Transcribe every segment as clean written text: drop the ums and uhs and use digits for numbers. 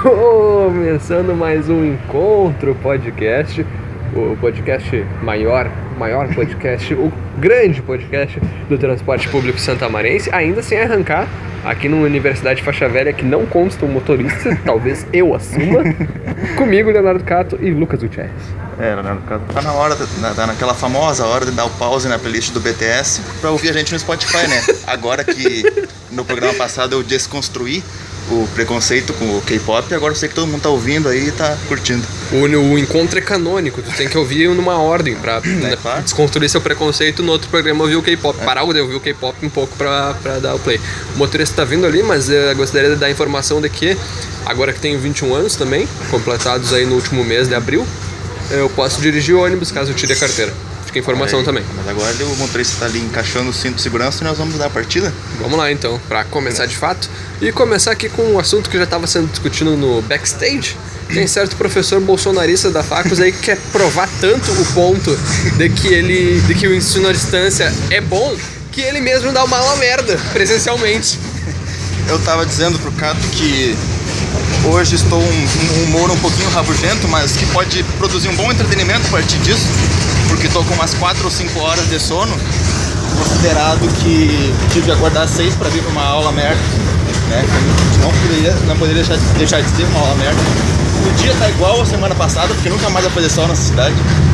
Começando mais um Encontro Podcast, o podcast maior podcast, o grande podcast do transporte público santamarense, ainda sem arrancar aqui numa universidade faixa velha que não consta um motorista, talvez eu assuma, comigo, Leonardo Cato e Lucas Gutierrez. Leonardo Cato tá na hora, tá naquela famosa hora de dar o pause na playlist do BTS pra ouvir a gente no Spotify, né? Agora que no programa passado eu desconstruí o preconceito com o K-pop, agora eu sei que todo mundo tá ouvindo aí e tá curtindo. O encontro é canônico, tu tem que ouvir numa ordem pra claro. Desconstruir seu preconceito. No outro programa ouvir o K-pop, parar de ouvir o K-pop um pouco pra dar o play. O motorista tá vindo ali, mas eu gostaria de dar a informação de que agora que tenho 21 anos também, completados aí no último mês de abril, eu posso dirigir ônibus caso eu tire a carteira. Fica a informação também. Mas agora o motorista tá ali encaixando o cinto de segurança e nós vamos dar a partida? Vamos lá então, pra começar de fato. E começar aqui com um assunto que já estava sendo discutido no backstage. Tem certo professor bolsonarista da Facus aí que quer provar tanto o ponto de que o ensino à distância é bom, que ele mesmo dá uma aula merda presencialmente. Eu tava dizendo pro Cato que hoje estou um humor um pouquinho rabugento, mas que pode produzir um bom entretenimento a partir disso, porque tô com umas 4 ou 5 horas de sono, considerado que tive que acordar às 6 para vir para uma aula merda, né? Não poderia deixar de ser uma aula merda. O dia tá igual a semana passada, porque nunca mais vai fazer sol nessa cidade.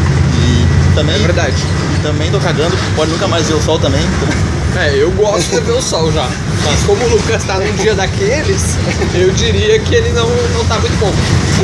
E também, é verdade. E também tô cagando, porque pode nunca mais ver o sol também. Então... eu gosto de ver o sol já. Mas como o Lucas tá num dia daqueles, eu diria que ele não tá muito bom.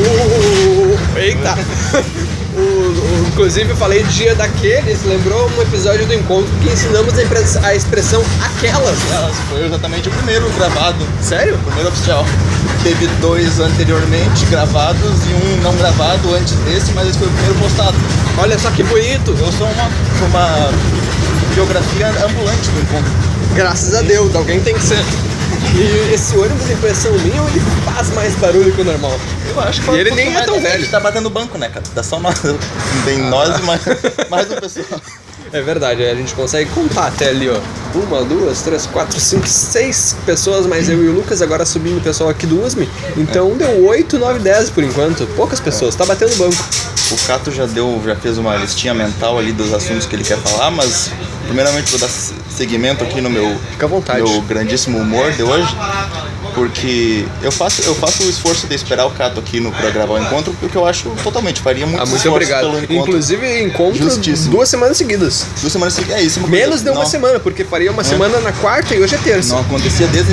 Eita! Inclusive eu falei dia daqueles, lembrou um episódio do Encontro que ensinamos a expressão aquelas. Foi exatamente o primeiro gravado. Sério? O primeiro oficial. Teve 2 anteriormente gravados e um não gravado antes desse, mas esse foi o primeiro postado. Olha só que bonito! Eu sou uma biografia ambulante do Encontro. Graças a Deus, alguém tem que ser. E esse ônibus, impressão minha, ele faz mais barulho que o normal. Eu acho que e ele nem é tão velho. Ele tá batendo banco, né, cara? Dá só nós. Tem nós e mais uma pessoa. É verdade, a gente consegue contar até ali, ó. 1, 2, 3, 4, 5, 6 pessoas, mais eu e o Lucas, agora subindo o pessoal aqui do USM. Então deu 8, 9, 10 por enquanto. Poucas pessoas, tá batendo banco. O Cato já fez uma listinha mental ali dos assuntos que ele quer falar, mas primeiramente vou dar seguimento aqui no meu grandíssimo humor de hoje, porque eu faço o esforço de esperar o Cato aqui pra gravar o encontro, porque eu acho totalmente, faria muito muito obrigado. Pelo encontro. Inclusive, encontro justíssimo. 2 semanas seguidas. 2 semanas seguidas, é isso. Menos de uma semana, porque faria uma semana na quarta e hoje é terça. Não acontecia desde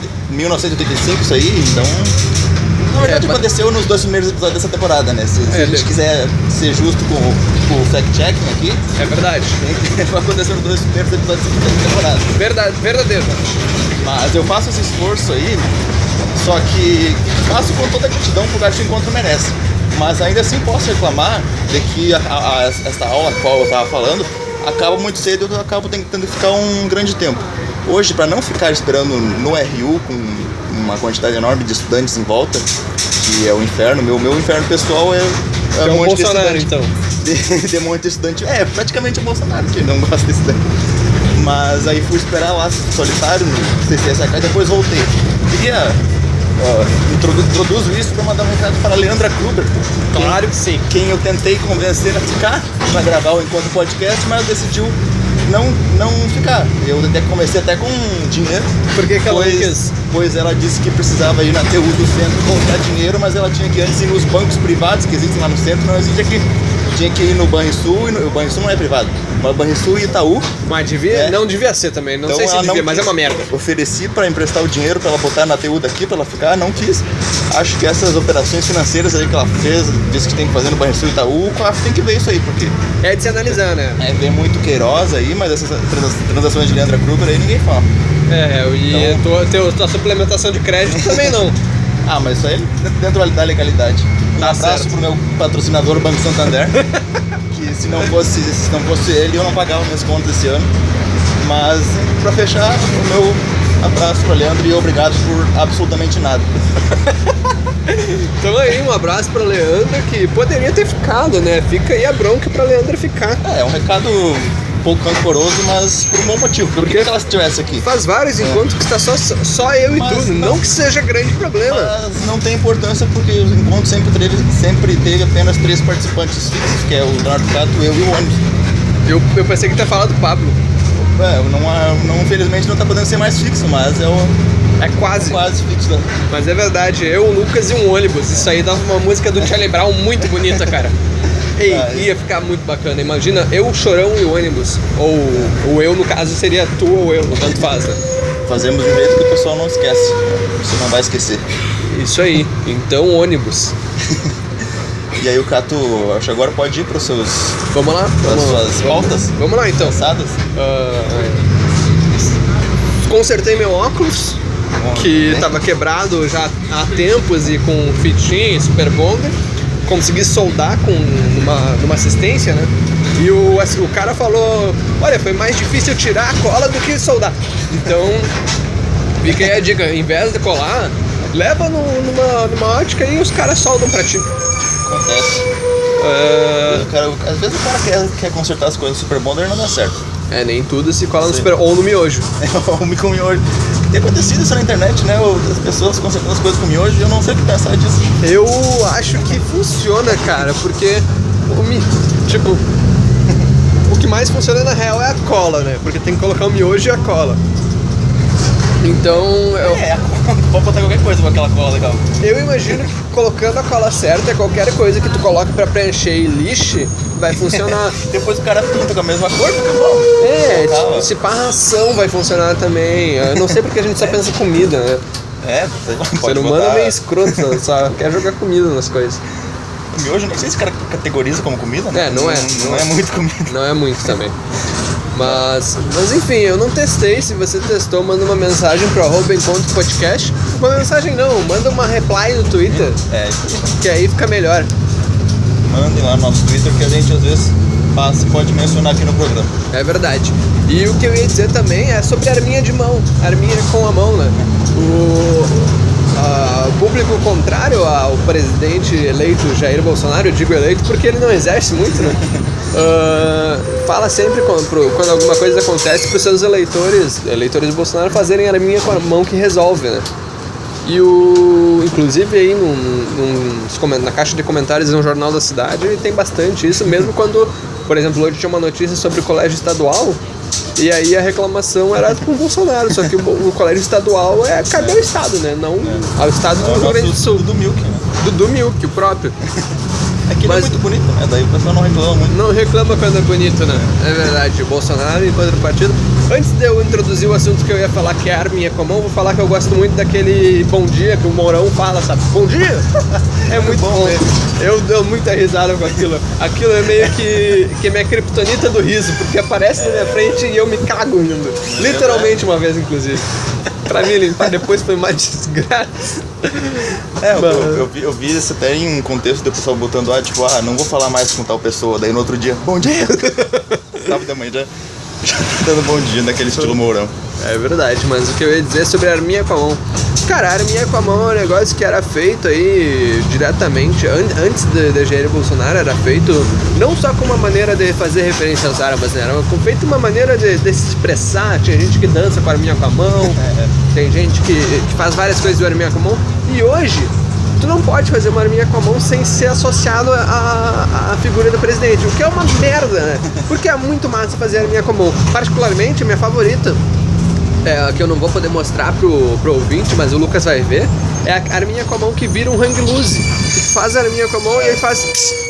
1985 isso aí, então... Na verdade aconteceu nos 2 primeiros episódios dessa temporada, né? Se a gente quiser ser justo com o fact-checking aqui... É verdade. Aconteceu nos 2 primeiros episódios dessa temporada. Verdade, verdadeiro. Mas eu faço esse esforço aí, só que faço com toda a gratidão que o Gato Encontro merece. Mas ainda assim posso reclamar de que esta aula a qual eu estava falando acaba muito cedo e eu acabo tentando ficar um grande tempo. Hoje, para não ficar esperando no RU com uma quantidade enorme de estudantes em volta, que é o inferno, meu inferno pessoal é um monte de estudante, então. De monte de estudante. É, praticamente o Bolsonaro, que não gosta de estudante. Mas aí fui esperar lá solitário no CCSK e depois voltei. Queria introduzo isso para mandar um recado para a Leandra Kruber. Claro que sim. Quem eu tentei convencer a ficar para gravar o Encontro Podcast, mas decidiu não ficar. Eu até comecei até com dinheiro. Por que ela não quis? Pois ela disse que precisava ir na TU do centro comprar dinheiro, mas ela tinha que antes ir nos bancos privados que existem lá no centro, não existe aqui. Tinha que ir no Banrisul, e o Banrisul não é privado, mas Banrisul e Itaú. Mas não devia ser também, não então sei se devia, mas é uma merda. Ofereci para emprestar o dinheiro para ela botar na TU daqui, para ela ficar, não quis. Acho que essas operações financeiras aí que ela fez, disse que tem que fazer no Banrisul e Itaú, o COAF tem que ver isso aí, porque... É de se analisar, né? Ver muito Queiroz aí, mas essas transações de Leandra Kruber aí ninguém fala. E então... tua suplementação de crédito também não. Mas isso aí é dentro da legalidade. Um abraço pro meu patrocinador Banco Santander, que se não fosse ele eu não pagava minhas contas esse ano. Mas pra fechar, o meu abraço pra Leandro e obrigado por absolutamente nada. Então aí, um abraço pra Leandra, que poderia ter ficado, né? Fica aí a bronca pra Leandra ficar. É um recado um pouco rancoroso, mas por um bom motivo. Por que ela estivesse aqui? Faz vários encontros que está só eu e tu. Não que seja grande problema. Mas não tem importância porque os encontros sempre teve apenas 3 participantes fixos, que é o Leonardo Cato, eu e o ônibus. Eu pensei que tu ia falar do Pablo. Não, infelizmente não tá podendo ser mais fixo, mas é quase fixo. Né? Mas é verdade, eu, o Lucas e um ônibus. Isso aí dava uma música do Charlie Brown muito bonita, cara. Ei, ia ficar muito bacana. Imagina eu, o Chorão e o ônibus. Ou eu, no caso, seria tu ou eu, tanto faz, né? Fazemos de um jeito que o pessoal não esquece. Você não vai esquecer. Isso aí, então ônibus. E aí o Cato, acho que agora pode ir para os seus... Vamos lá? Para suas pautas? Vamos lá então. Cansadas? Consertei meu óculos, que estava quebrado já há tempos e com fitinha e super bonder. Consegui soldar numa assistência, né? E o cara falou, olha, foi mais difícil tirar a cola do que soldar. Então, fica aí a dica, em vez de colar, leva numa ótica e os caras soldam pra ti. Acontece. Às vezes o cara quer consertar as coisas no Super Bonder e não dá certo. Nem tudo se cola no Super... Ou no miojo. Ou com miojo. Tem acontecido isso na internet, né? As pessoas consertando as coisas com miojo e eu não sei o que pensar disso. Eu acho que funciona, cara, porque... o que mais funciona na real é a cola, né? Porque tem que colocar o miojo e a cola. Então... pode botar qualquer coisa com aquela cola legal. Eu imagino que colocando a cola certa, qualquer coisa que tu coloque pra preencher e lixe, vai funcionar. Depois o cara pinta com a mesma cor, fica bom. Se pá, ração vai funcionar também. Eu não sei porque a gente só pensa comida, né? Você pode ser humano é meio escroto, só quer jogar comida nas coisas. Miojo, não sei se esse cara categoriza como comida, né? Não é muito comida. Não é muito também. Mas enfim, eu não testei. Se você testou, manda uma mensagem pro @encontropodcast. Uma mensagem não, manda uma reply no Twitter. Que aí fica melhor. Mandem lá no nosso Twitter que a gente às vezes pode mencionar aqui no programa. É verdade. E o que eu ia dizer também é sobre arminha de mão. Arminha com a mão, né? O público contrário ao presidente eleito Jair Bolsonaro, eu digo eleito porque ele não exerce muito, né? Fala sempre quando alguma coisa acontece para os seus eleitores de Bolsonaro fazerem arminha com a mão que resolve, né? E inclusive aí na caixa de comentários no Jornal da Cidade tem bastante isso, mesmo quando, por exemplo, hoje tinha uma notícia sobre o colégio estadual. E aí a reclamação era com o Bolsonaro, só que o colégio estadual cadê o estado, né? Não ao estado do Rio Grande do Sul. Do Milk, né? Do Milk, o próprio. Aquilo é muito bonito, né? Daí o pessoal não reclama muito. Não reclama quando é bonito, né? É verdade. O Bolsonaro e contrapartida. Antes de eu introduzir o assunto que eu ia falar, que é a arminha com a mão, vou falar que eu gosto muito daquele bom dia que o Mourão fala, sabe? Bom dia! É muito bom. Eu dou muita risada com aquilo. Aquilo é meio que minha criptonita do riso, porque aparece na minha frente e eu me cago rindo. Literalmente uma vez, inclusive. Pra mim limpar depois foi uma desgraça. Eu vi isso até em um contexto do pessoal botando não vou falar mais com tal pessoa, daí no outro dia, bom dia! Sábado da manhã já dando bom dia naquele estilo Mourão. É verdade, mas o que eu ia dizer sobre a arminha com a mão. Cara, a arminha com a mão é um negócio que era feito aí diretamente, antes de Jair Bolsonaro, era feito não só com uma maneira de fazer referência às armas, né? Era feito uma maneira de se expressar. Tinha gente que dança com a arminha com a mão, tem gente que faz várias coisas de arminha com a mão. E hoje, tu não pode fazer uma arminha com a mão sem ser associado à figura do presidente, o que é uma merda, né? Porque é muito massa fazer arminha com a mão. Particularmente, a minha favorita, que eu não vou poder mostrar pro ouvinte, mas o Lucas vai ver, é a arminha com a mão que vira um hang loose. Que tu faz a arminha com a mão e aí faz...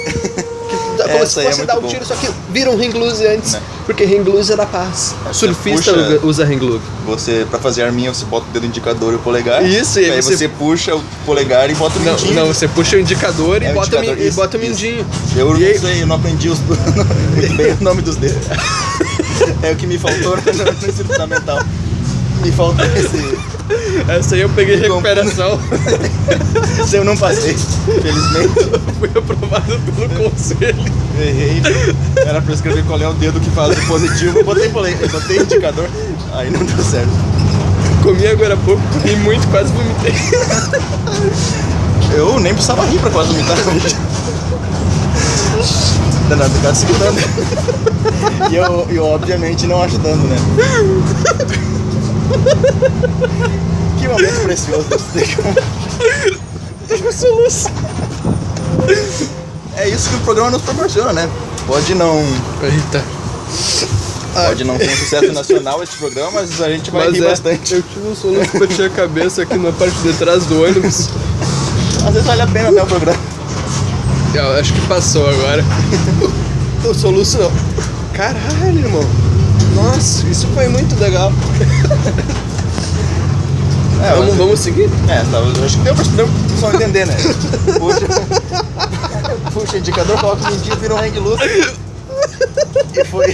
como se fosse dar um tiro, só que vira um hang loose antes, porque hang loose é da paz. Surfista usa hang loose. Você, pra fazer a arminha, você bota o dedo indicador e o polegar. Isso, e aí você puxa o polegar e bota o mindinho. Não, você puxa o indicador e bota o mindinho. Eu não sei, eu não aprendi muito bem o nome dos dedos. É o que me faltou no ensino fundamental. Me faltou esse... Essa aí eu peguei recuperação. Essa eu não passei, infelizmente. Fui aprovado pelo conselho. Errei. Era pra escrever qual é o dedo que faz o positivo. Eu botei indicador, aí não deu certo. Comi agora há pouco, comi muito, quase vomitei. Eu nem precisava rir pra quase vomitar. Leonardo DiCaprio segurando. E eu obviamente não ajudando, né? Que momento precioso desse um soluço. É isso que o programa nos proporciona, né? Pode não ter um sucesso nacional esse programa, mas a gente vai rir bastante. Eu tive um soluço que bati a cabeça aqui na parte de trás do ônibus. Às vezes vale a pena até o programa. Eu acho que passou agora. O soluço não. Caralho, irmão. Nossa, isso foi muito legal. Vamos seguir? Eu acho que deu pra só entender, né? Puxa, indicador, coloca o mindinho, vira um hang loose. E foi.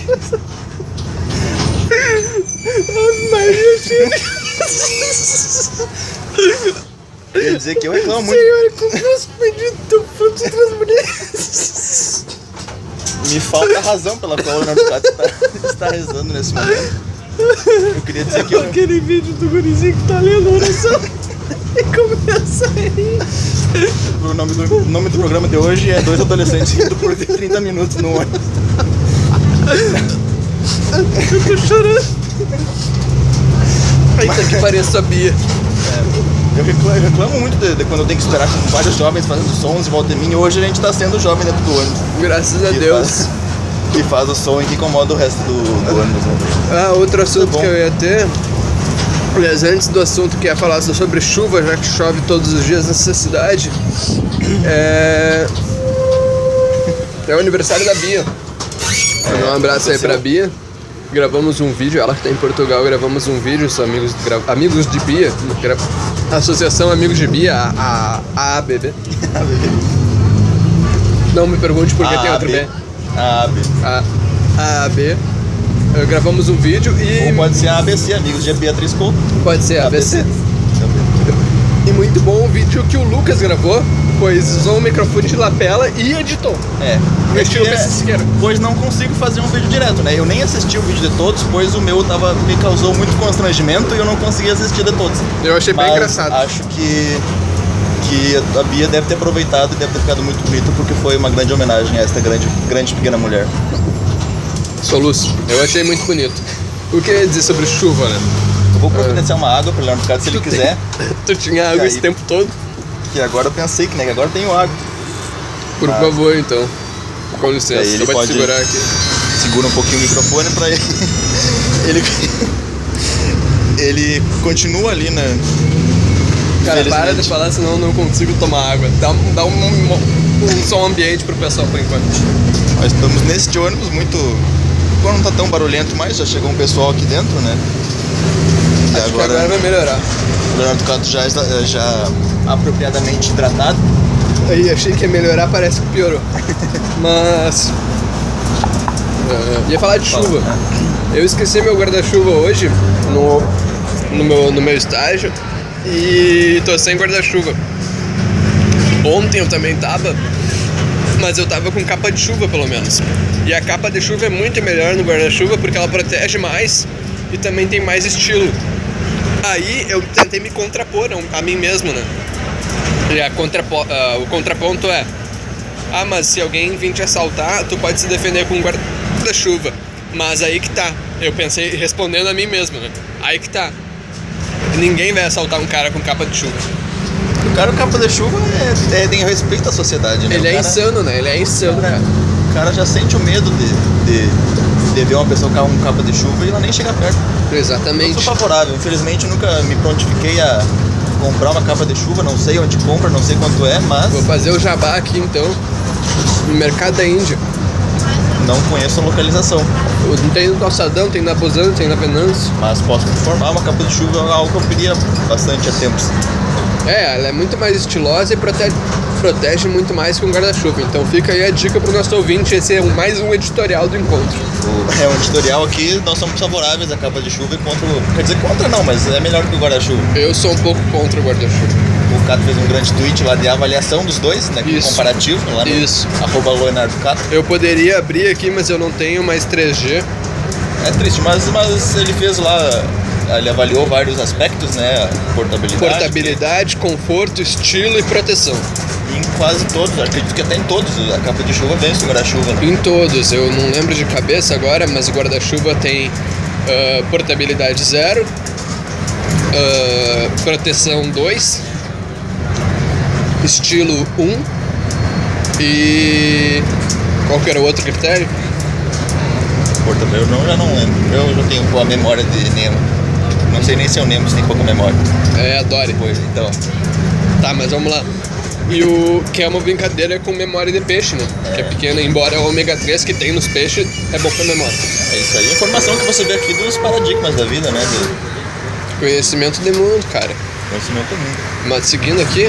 Quer dizer que eu reclamo muito. Senhor, como nós pedimos frutos das mulheres. Me falta razão pela qual o Leonardo DiCaprio está rezando nesse momento. Eu queria dizer que aquele vídeo do gurizinho que tá lendo a oração e começa a rir. O nome do programa de hoje é 2 adolescentes rindo por 30 minutos no ônibus. Eu tô chorando. Eita, que pareça a Bia. Eu reclamo muito de quando eu tenho que esperar com vários jovens fazendo sons em volta de mim. Hoje a gente tá sendo jovem dentro do ônibus. Graças a Deus. Que faz o som e que incomoda o resto do ônibus. Né? Outro assunto que eu ia ter. Aliás, antes do assunto que ia falar sobre chuva, já que chove todos os dias nessa cidade, é o aniversário da Bia. Mandar um abraço aí pra Bia. Gravamos um vídeo, ela que tá em Portugal, gravamos um vídeo, são amigos de Bia, Associação Amigos de Bia, a ABB. Não me pergunte por que tem outro B. A AB. Gravamos um vídeo e... Ou pode ser a ABC, Amigos de Beatriz Couto. Pode ser a ABC. E muito bom o vídeo que o Lucas gravou, pois usou um microfone de lapela e editou. Pois não consigo fazer um vídeo direto, né? Eu nem assisti o vídeo de todos, pois o meu me causou muito constrangimento e eu não consegui assistir de todos. Eu achei bem engraçado. Acho que a Bia deve ter aproveitado e deve ter ficado muito bonito, porque foi uma grande homenagem a esta grande pequena mulher. Soluço. Eu achei muito bonito. O que eu ia dizer sobre chuva, né? Eu vou providenciar uma água para o Leonardo DiCaprio se ele quiser. Tu tinha água esse tempo todo? Que agora eu pensei que, né? Que agora tenho água. Por favor, então. Com licença, ele pode segurar aqui. Segura um pouquinho o microfone para ele. Ele continua ali, né? Cara, para de falar, senão eu não consigo tomar água. Dá um som ambiente pro pessoal por enquanto. Nós estamos neste ônibus muito... Agora não tá tão barulhento mais, já chegou um pessoal aqui dentro, né? E Acho agora que agora vai melhorar. O Leonardo DiCaprio já apropriadamente hidratado. Aí achei que ia melhorar, parece que piorou. Mas... ia falar de chuva. Eu esqueci meu guarda-chuva hoje no meu estágio e tô sem guarda-chuva. Ontem eu também tava, mas eu tava com capa de chuva pelo menos. E a capa de chuva é muito melhor no guarda-chuva porque ela protege mais e também tem mais estilo. Aí eu tentei me contrapor a mim mesmo, né? E o contraponto é: mas se alguém vir te assaltar, tu pode se defender com um guarda-chuva. Mas aí que tá, eu pensei respondendo a mim mesmo, né? Aí que tá, ninguém vai assaltar um cara com capa de chuva. O cara com capa de chuva tem respeito à sociedade, né? Ele é insano, né? Ele é insano, cara. O cara já sente o medo de ver uma pessoa com capa de chuva e ela nem chega perto. Exatamente. Eu sou favorável, infelizmente nunca me prontifiquei a comprar uma capa de chuva, não sei onde compra, não sei quanto é, mas... Vou fazer o jabá aqui então, no Mercado da Índia. Não conheço a localização. Tem no Calçadão, tem na Bozano, tem na Venâncio. Mas posso me informar, uma capa de chuva é algo que eu queria bastante há tempos. Ela é muito mais estilosa e protege muito mais que um guarda-chuva. Então fica aí a dica pro nosso ouvinte, esse é mais um editorial do encontro. É um editorial aqui, nós somos favoráveis à capa de chuva e contra quer dizer, contra não, mas é melhor que o guarda-chuva. Eu sou um pouco contra o guarda-chuva. O Cato fez um grande tweet lá de avaliação dos dois, né? Isso. Comparativo, lá no @LeonardoCato. Eu poderia abrir aqui, mas eu não tenho mais 3G. É triste, mas ele fez lá, ele avaliou vários aspectos, né? Portabilidade, conforto, estilo e proteção. Em quase todos, acredito que até em todos, a capa de chuva vence o guarda-chuva. Né? Em todos, eu não lembro de cabeça agora, mas o guarda-chuva tem portabilidade 0, proteção 2, estilo 1 e qual que era o outro critério? Eu já não lembro, eu já tenho boa memória de Nemo. Não sei nem se é o Nemo, se tem pouca memória. É, adore. Pois, então. Tá, mas vamos lá. E o que é uma brincadeira com memória de peixe, né? Que é pequena, embora o ômega 3 que tem nos peixes é bom pra memória. É isso aí, informação que você vê aqui dos paradigmas da vida, né? Do Conhecimento de mundo, cara. conhecimento do mundo. Mas seguindo aqui,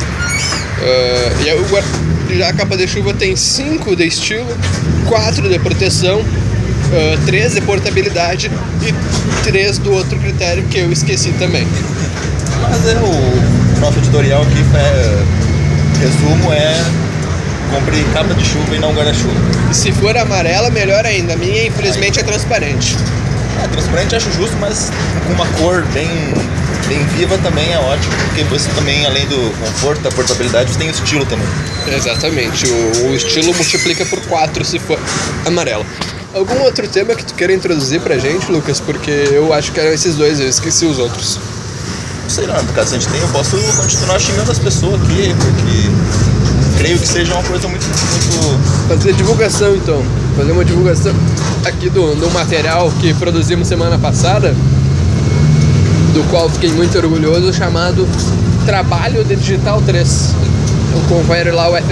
e aí já a capa de chuva tem 5 de estilo, 4 de proteção, 3 de portabilidade e 3 do outro critério que eu esqueci também. Mas o nosso editorial aqui, resumo, compre capa de chuva e não guarda-chuva. E se for amarela, melhor ainda. A minha, infelizmente, é transparente. Transparente acho justo, mas com uma cor bem viva também é ótimo, porque você também, além do conforto, da portabilidade, você tem o estilo também. Exatamente. O estilo multiplica por 4 se for amarelo. Algum outro tema que tu queira introduzir pra gente, Lucas? Porque eu acho que eram esses dois, eu esqueci os outros. Não sei não, por causa eu posso continuar xingando as pessoas aqui, porque creio que seja uma coisa muito... Fazer divulgação, então. Fazer uma divulgação aqui do material que produzimos semana passada, do qual fiquei muito orgulhoso, chamado Trabalho de Digital 3. Então confere lá o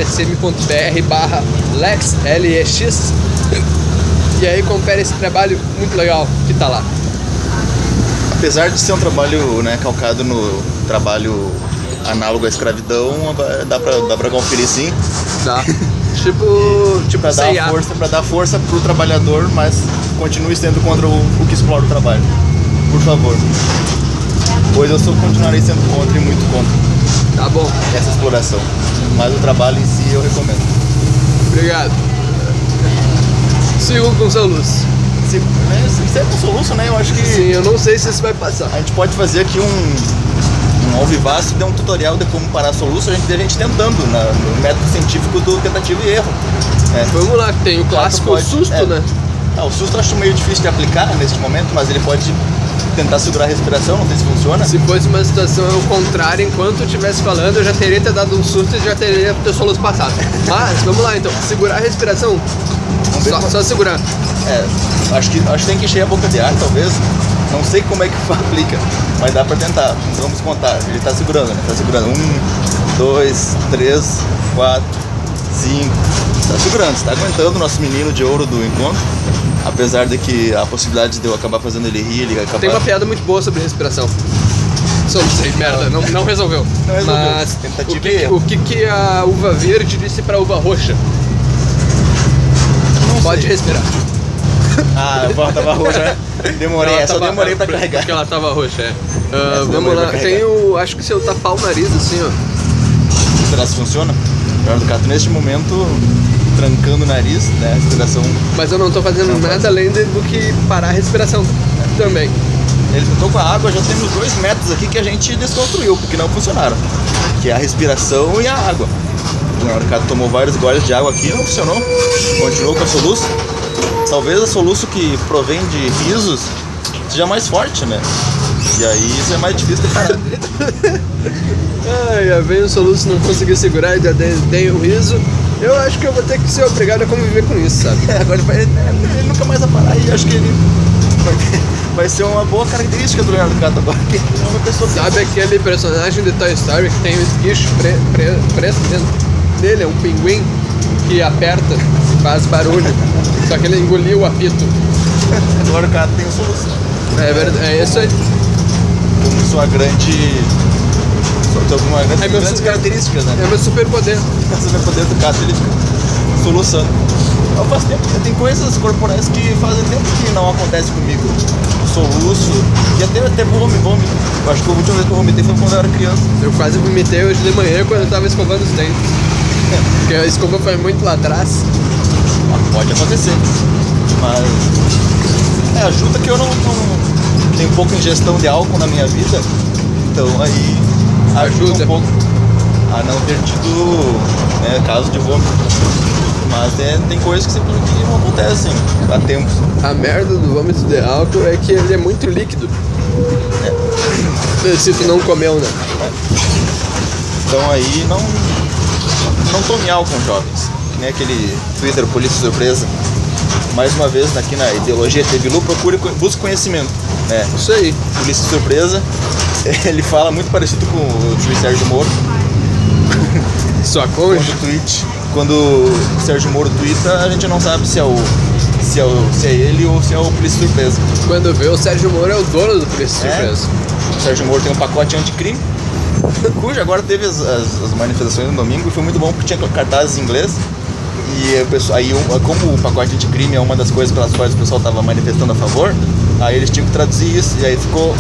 fsm.br/lex, e aí confere esse trabalho muito legal que tá lá. Apesar de ser um trabalho, né, calcado no trabalho análogo à escravidão, dá pra conferir sim. Dá. tipo pra dar força pro trabalhador, mas continue sendo contra o que explora o trabalho. Por favor. Pois eu continuarei sendo contra e muito contra. Tá bom. Essa exploração. Mas o trabalho em si eu recomendo. Obrigado. Sigo com soluço. Isso é com soluço, né? Eu acho que... Sim, eu não sei se isso vai passar. A gente pode fazer aqui um ao vivaço, um tutorial de como parar soluço, a gente tentando no método científico do tentativa e erro. Vamos lá, que tem o clássico susto, né? O susto eu acho meio difícil de aplicar neste momento, mas ele pode tentar segurar a respiração, não sei se funciona. Se fosse uma situação ao contrário, enquanto eu estivesse falando, eu já teria te dado um susto e já teria ter soluço passado. Mas, vamos lá então, segurar a respiração. Só segurar. Acho que tem que encher a boca de ar, talvez. Não sei como é que aplica, mas dá pra tentar. Vamos contar. Ele tá segurando, né? Tá segurando. 1, 2, 3, 4, 5. Tá segurando, está aguentando o nosso menino de ouro do encontro. Apesar de que a possibilidade de eu acabar fazendo ele rir, ele acabar... Tem uma piada muito boa sobre respiração. Sei, merda, não resolveu. Não resolveu. Mas o que a uva verde disse pra uva roxa? Pode respirar. A uva tava roxa, né? Demorei pra carregar. Porque ela tava roxa, vamos lá, tem acho que se eu tapar o nariz assim, ó. Será que funciona? Leonardo Cato, neste momento, trancando o nariz, né? A respiração... Mas eu não tô fazendo nada além do que parar a respiração também. Ele tentou com a água, já temos 2 métodos aqui que a gente desconstruiu, porque não funcionaram. Que é a respiração e a água. O Leonardo Cato tomou vários goles de água aqui, não funcionou. Continuou com a soluço. Talvez a soluço que provém de risos seja mais forte, né? E aí isso é mais difícil de parar. Já veio o soluço, não consegui segurar, já dei o riso. Eu acho que eu vou ter que ser obrigado a conviver com isso, sabe? Agora ele nunca mais vai parar e acho que ele vai ser uma boa característica do Leonardo Cato agora, que é uma pessoa... Sabe aquele personagem de Toy Story que tem um esguicho preto dentro dele, é um pinguim que aperta e faz barulho, só que ele engoliu o apito. O Leonardo Cato tem um soluço. É verdade, é isso aí. Como sua grande... Algumas grandes características, né? É meu superpoder. O superpoder do Cato, ele fica soluçando. Faz tempo, tem coisas corporais que fazem tempo que não acontece comigo. Soluço e até vômito. Eu acho que a última vez que eu vomitei foi quando eu era criança. Eu quase vomitei hoje de manhã quando eu tava escovando os dentes. Porque a escova foi muito lá atrás. Pode acontecer. Mas ajuda que eu não tenho pouca ingestão de álcool na minha vida. Então aí ajuda um pouco. a não ter tido, né, caso de vômito. Mas tem coisas que simplesmente não acontecem há tempos. A merda do vômito de álcool é que ele é muito líquido. Se tu não comeu, né? Então aí não tome álcool, jovens. Que nem aquele Twitter Polícia Surpresa. Mais uma vez, aqui na ideologia Tebilu, busque conhecimento, né? Isso aí. Polícia Surpresa, ele fala muito parecido com o juiz Sérgio Moro. Sua cônjuge? Quando o Sérgio Moro tuita, a gente não sabe se é ele ou se é o Polícia Surpresa. Quando vê, o Sérgio Moro é o dono do Polícia Surpresa. O Sérgio Moro tem um pacote anticrime, cujo agora teve as manifestações no domingo e foi muito bom porque tinha cartazes em inglês. E como o pacote anticrime é uma das coisas pelas quais o pessoal estava manifestando a favor, aí eles tinham que traduzir isso, e aí ficou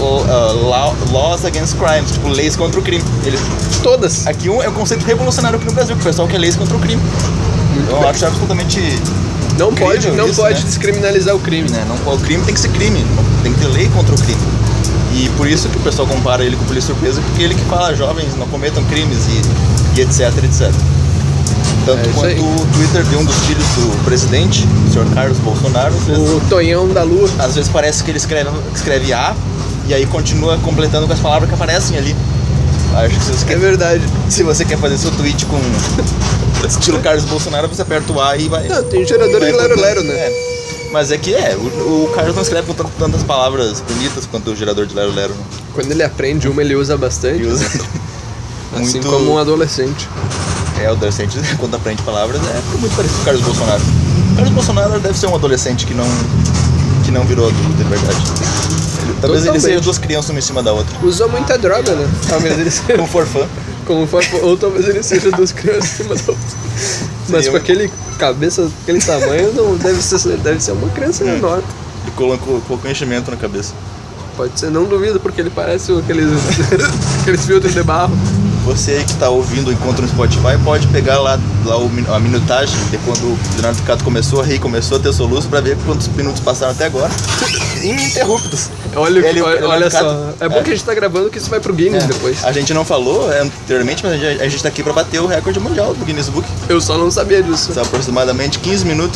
Laws Against Crimes, tipo, leis contra o crime. Todas. Aqui é um conceito revolucionário aqui no Brasil, que o pessoal quer leis contra o crime. Então eu acho absolutamente Não pode né? descriminalizar o crime. Né? O crime tem que ser crime, tem que ter lei contra o crime. E por isso que o pessoal compara ele com o Polícia Surpresa, porque ele que fala, jovens, não cometam crimes e etc, etc. Tanto quanto o Twitter de um dos filhos do presidente, o senhor Carlos Bolsonaro. O Tonhão da Lua. Às vezes parece que ele escreve A e aí continua completando com as palavras que aparecem ali. Acho que se você quer, verdade. Se você quer fazer seu tweet com estilo Carlos Bolsonaro, você aperta o A e vai. Não, tem gerador de lero-lero, né? Mas é que o Carlos não escreve com tantas palavras bonitas quanto o gerador de lero-lero. Né? Quando ele aprende uma, ele usa bastante. Ele usa assim como um adolescente. O adolescente, quando aprende palavras, é muito parecido com o Carlos Bolsonaro. O Carlos Bolsonaro deve ser um adolescente que não virou adulto, de verdade. Talvez ele seja duas crianças uma em cima da outra. Usou muita droga, né? Talvez ele seja... Como forfã. Ou talvez ele seja duas crianças em cima da outra. Mas com aquele cabeça, aquele tamanho, não deve ser uma criança menor. Ele colocou enchimento na cabeça. Pode ser, não duvido, porque ele parece aqueles filtros de barro. Você aí que está ouvindo o encontro no Spotify pode pegar lá a minutagem de quando o Leonardo Cato começou a rir, começou a ter soluço para ver quantos minutos passaram até agora. Ininterruptos. Olha só, é bom que a gente tá gravando que isso vai pro Guinness depois. A gente não falou anteriormente, mas a gente tá aqui para bater o recorde mundial do Guinness Book. Eu só não sabia disso. São aproximadamente 15 minutos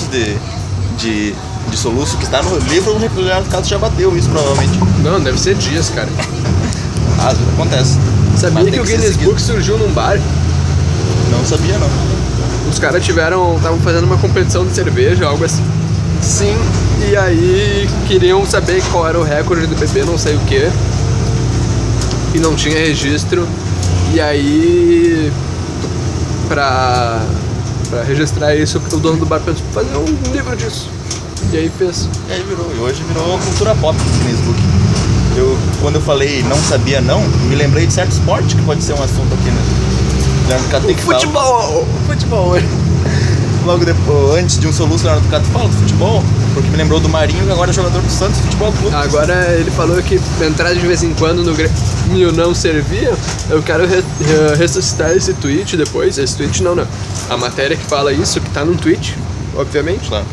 de soluço que está no livro, o Leonardo Cato já bateu isso provavelmente. Não, deve ser dias, cara. Acontece. Sabia que o Guinness Book surgiu num bar? Não sabia, não. Os caras estavam fazendo uma competição de cerveja, algo assim. Sim, e aí queriam saber qual era o recorde de beber não sei o que. E não tinha registro. E aí, pra registrar isso, o dono do bar pensou, fazer um livro disso. E aí fez. E aí e hoje virou cultura pop o Guinness Book. Quando eu falei não sabia não, me lembrei de certo esporte que pode ser um assunto aqui, né? Futebol. Logo depois, antes de um soluço, o Leonardo Cato fala do futebol, porque me lembrou do Marinho, que agora é jogador do Santos Futebol Clube. Agora ele falou que entrar de vez em quando no Grêmio não servia. Eu quero ressuscitar esse tweet depois. Esse tweet não, né? A matéria que fala isso, que tá num tweet, obviamente. Claro.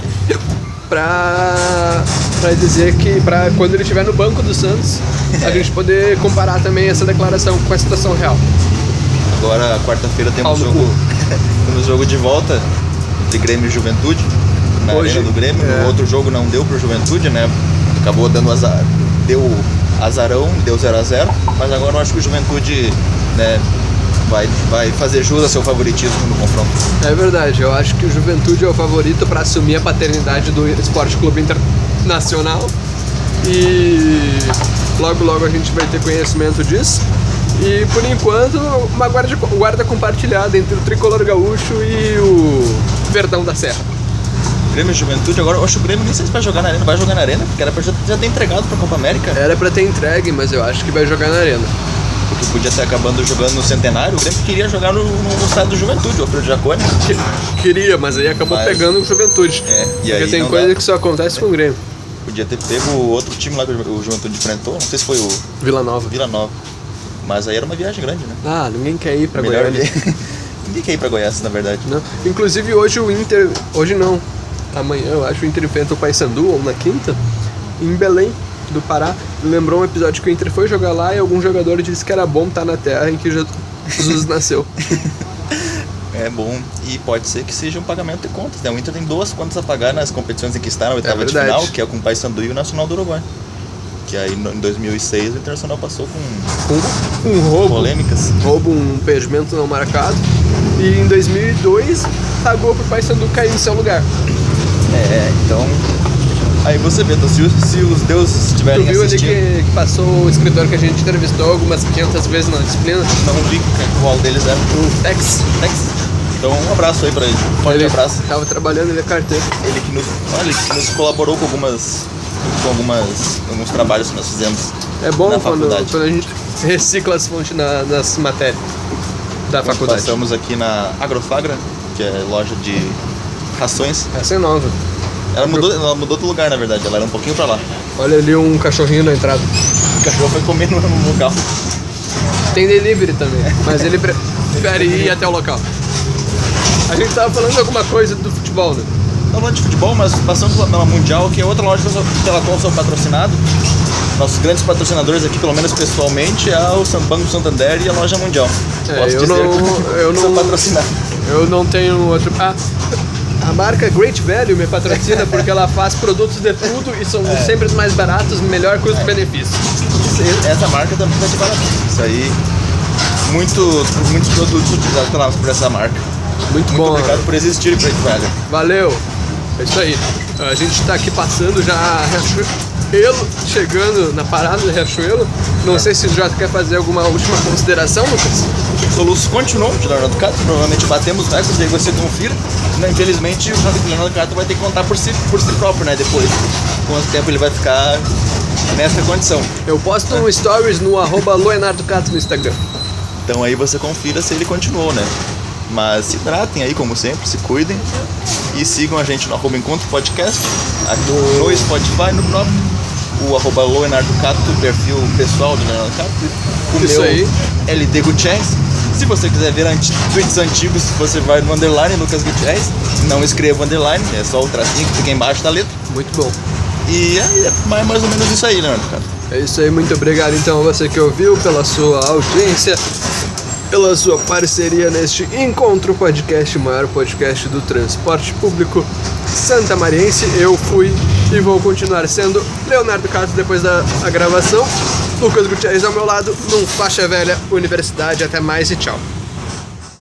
Pra dizer que quando ele estiver no banco do Santos, a gente poder comparar também essa declaração com a situação real. Agora, quarta-feira, temos jogo de volta de Grêmio e Juventude, na Arena do Grêmio. O outro jogo não deu pro Juventude, né? Acabou dando azar, deu azarão, deu 0-0, mas agora eu acho que o Juventude, né, vai fazer jus a seu favoritismo no confronto. É verdade, eu acho que o Juventude é o favorito para assumir a paternidade do Esporte Clube Internacional e logo a gente vai ter conhecimento disso. E por enquanto, uma guarda compartilhada entre o Tricolor Gaúcho e o Verdão da Serra. Grêmio e Juventude, agora eu acho que o Grêmio nem sei se vai jogar na Arena, vai jogar na Arena, porque era pra já ter entregado pra Copa América. Era pra ter entregue, mas eu acho que vai jogar na Arena. Porque podia estar acabando jogando no Centenário, o Grêmio queria jogar no estádio do Juventude, o Alfredo Jaconi. Queria, mas aí acabou pegando o Juventude. Porque tem coisa que só acontece com o Grêmio. Podia ter pego o outro time lá que o Juventude enfrentou, não sei se foi o Vila Nova. Mas aí era uma viagem grande, né? Ah, ninguém quer ir pra Goiás. Ninguém quer ir pra Goiás, na verdade. Não. Inclusive hoje o Inter, hoje não, amanhã eu acho o Inter enfrenta o Paysandu, ou na quinta, em Belém do Pará. Lembrou um episódio que o Inter foi jogar lá e algum jogador disse que era bom estar na terra em que Jesus nasceu. É bom, e pode ser que seja um pagamento de contas, né? O Inter tem 2 contas a pagar nas competições em que está na oitava de final, que é com o Paysandu e o Nacional do Uruguai. Que aí em 2006 o Internacional passou com um roubo, polêmicas. Um impedimento não marcado. E em 2002 pagou pro Paysandu cair em seu lugar. Então... Aí você vê, então, se os deuses estiverem assistindo... Tu viu ali que passou o escritor que a gente entrevistou algumas 500 vezes na disciplina? Não vi qual deles era. O Tex. Então um abraço aí pra ele. Forte abraço. Tava trabalhando, ele é carteiro. Ele que nos colaborou com alguns trabalhos que nós fizemos. É bom na quando faculdade. a gente recicla as fontes nas matérias da faculdade. Passamos aqui na Agrofagra, que é loja de rações. Essa é nova. Ela mudou de lugar, na verdade. Ela era um pouquinho pra lá. Olha ali um cachorrinho na entrada. O cachorro foi comer no local. Tem delivery também, mas ele prefere ir até o local. A gente tava falando alguma coisa do futebol, né? Não falando de futebol, mas passando pela Mundial, que é outra loja pela qual eu sou patrocinado. Nossos grandes patrocinadores aqui, pelo menos pessoalmente, é o Banco Santander e a Loja Mundial. Posso dizer que sou patrocinado. Eu não tenho outro... A marca Great Value me patrocina porque ela faz produtos de tudo e são sempre os mais baratos, melhor custo-benefício. Essa marca também vai ser barata. Isso aí, muitos produtos utilizados por essa marca. Muito bom. Obrigado por existir, Great Value. Valeu. É isso aí. A gente tá aqui passando já Riachuelo, chegando na parada do Riachuelo. Não sei se o Jota quer fazer alguma última consideração, Lucas. O Soluço continuou de Leonardo Cato, provavelmente batemos recordes, e aí você confira. Infelizmente o Leonardo Cato vai ter que contar por si próprio, né? Depois, quanto tempo ele vai ficar nessa condição. Eu posto um stories no @LeonardoCato no Instagram. Então aí você confira se ele continuou, né? Mas se hidratem aí, como sempre, se cuidem. E sigam a gente no @Encontro Podcast, aqui no Spotify, no próprio. O @LeonardoCato, o perfil pessoal do Leonardo Cato. O Isso meu aí. LD Gutierrez. Se você quiser ver tweets antigos, você vai no underline Lucas Gutierrez. Não escreva underline, é só o tracinho que fica embaixo da letra. Muito bom. E é mais ou menos isso aí, Leonardo Cato. É isso aí, muito obrigado então a você que ouviu, pela sua audiência, pela sua parceria neste Encontro Podcast, o maior podcast do transporte público santamariense. Eu fui e vou continuar sendo Leonardo Cato depois da gravação. Lucas Gutierrez ao meu lado, num Faixa Velha Universidade. Até mais e tchau.